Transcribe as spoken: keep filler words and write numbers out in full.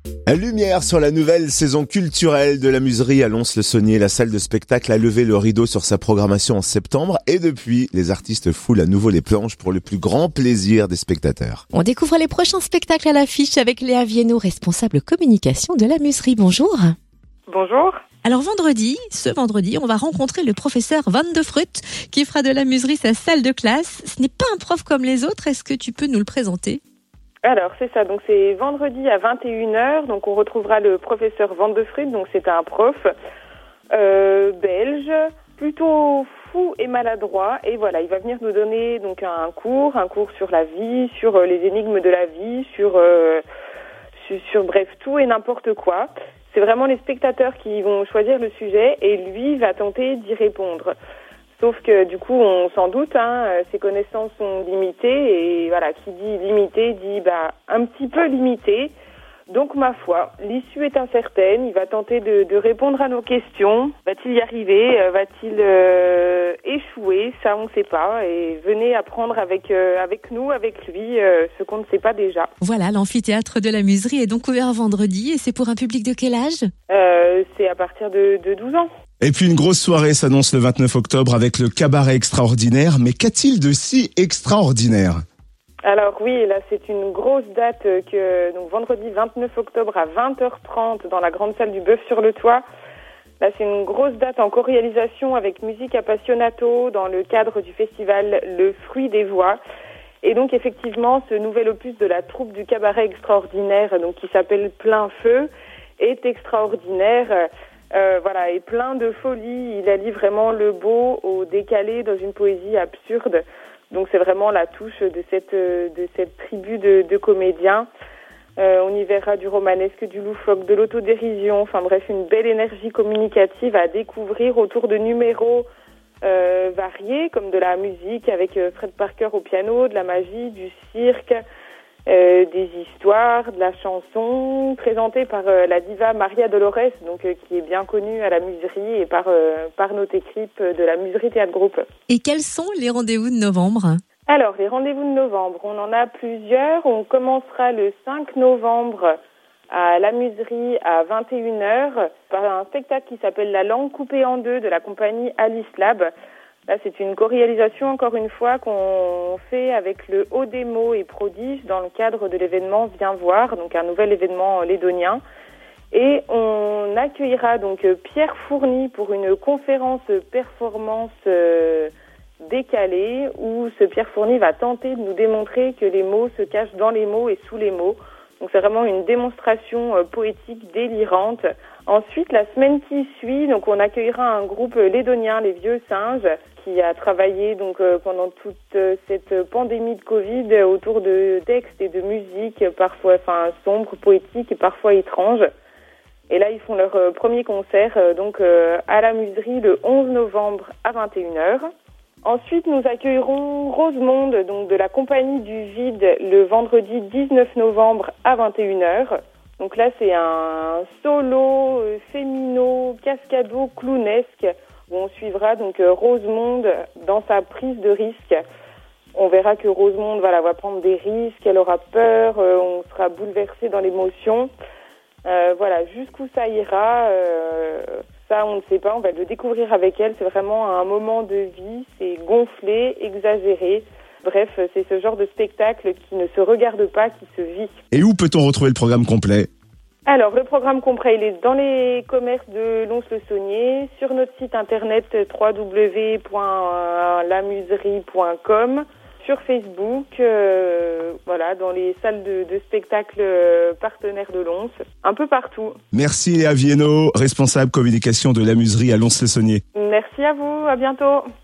Lumière sur la nouvelle saison culturelle de la Muserie à Lons-le-Saunier. La salle de spectacle a levé le rideau sur sa programmation en septembre et depuis, les artistes foulent à nouveau les planches pour le plus grand plaisir des spectateurs. On découvre les prochains spectacles à l'affiche avec Léa Viennot, responsable communication de la Muserie. Bonjour. Bonjour. Alors vendredi, ce vendredi, on va rencontrer le professeur Van de Frutt qui fera de la Muserie sa salle de classe. Ce n'est pas un prof comme les autres, est-ce que tu peux nous le présenter ? Alors c'est ça, donc c'est vendredi à vingt et une heures, donc on retrouvera le professeur Van de Frutt, donc c'est un prof euh, belge, plutôt fou et maladroit, et voilà, il va venir nous donner donc un cours, un cours sur la vie, sur les énigmes de la vie, sur, euh, sur, sur bref tout et n'importe quoi. C'est vraiment les spectateurs qui vont choisir le sujet et lui va tenter d'y répondre. Sauf que du coup, on s'en doute, hein, ses connaissances sont limitées et voilà, qui dit limité dit bah un petit peu limité. Donc ma foi, l'issue est incertaine. Il va tenter de, de répondre à nos questions. Va-t-il y arriver ? Va-t-il euh, échouer ? Ça, on ne sait pas. Et venez apprendre avec euh, avec nous, avec lui, euh, ce qu'on ne sait pas déjà. Voilà, l'amphithéâtre de la Muserie est donc ouvert vendredi et c'est pour un public de quel âge ? euh, C'est à partir de, de douze ans. Et puis une grosse soirée s'annonce le vingt-neuf octobre avec le cabaret extraordinaire. Mais qu'a-t-il de si extraordinaire ? Alors oui, là c'est une grosse date que donc vendredi vingt-neuf octobre à vingt heures trente dans la grande salle du Bœuf sur le Toit. Là c'est une grosse date en co-réalisation avec Musique Appassionato dans le cadre du festival Le Fruit des Voix. Et donc effectivement ce nouvel opus de la troupe du cabaret extraordinaire donc qui s'appelle Plein Feu est extraordinaire. Euh, voilà, et plein de folie. Il allie vraiment le beau au décalé dans une poésie absurde. Donc c'est vraiment la touche de cette de cette tribu de, de comédiens. Euh, on y verra du romanesque, du loufoque, de l'autodérision. Enfin bref, une belle énergie communicative à découvrir autour de numéros euh, variés comme de la musique avec Fred Parker au piano, de la magie, du cirque. Euh, des histoires, de la chanson, présentée par euh, la diva Maria Dolores, donc euh, qui est bien connue à la Muserie et par euh, par notre équipe de la Muserie Théâtre Groupe. Et quels sont les rendez-vous de novembre ? Alors, les rendez-vous de novembre, on en a plusieurs. On commencera le cinq novembre à la Muserie à vingt et une heures par un spectacle qui s'appelle La langue coupée en deux de la compagnie Alice Lab. Là, c'est une co-réalisation, encore une fois, qu'on fait avec le Haut des mots et Prodige dans le cadre de l'événement Viens voir, donc un nouvel événement lédonien. Et on accueillera donc Pierre Fourny pour une conférence performance euh, décalée où ce Pierre Fourny va tenter de nous démontrer que les mots se cachent dans les mots et sous les mots. Donc c'est vraiment une démonstration euh, poétique délirante. Ensuite, la semaine qui suit, donc on accueillera un groupe lédonien, les Vieux Singes, qui a travaillé donc euh, pendant toute euh, cette pandémie de Covid euh, autour de textes et de musique, parfois enfin sombres, poétiques et parfois étranges. Et là, ils font leur euh, premier concert euh, donc euh, à la Muserie le onze novembre à vingt et une heures. Ensuite, nous accueillerons Rosemonde, donc de la Compagnie du Vide, le vendredi dix-neuf novembre à vingt et une heures. Donc là, c'est un solo euh, fémino, cascado, clownesque, où on suivra donc euh, Rosemonde dans sa prise de risque. On verra que Rosemonde voilà, va prendre des risques, elle aura peur, euh, on sera bouleversé dans l'émotion. Euh, voilà, jusqu'où ça ira, euh, ça on ne sait pas, on va le découvrir avec elle. C'est vraiment un moment de vie, c'est gonflé, exagéré. Bref, c'est ce genre de spectacle qui ne se regarde pas, qui se vit. Et où peut-on retrouver le programme complet ? Alors, le programme complet, il est dans les commerces de Lons-le-Saunier, sur notre site internet w w w point la muserie point com, sur Facebook, euh, voilà, dans les salles de, de spectacle partenaires de Lons, un peu partout. Merci Léa Viennot, responsable communication de la Muserie à Lons-le-Saunier. Merci à vous, à bientôt.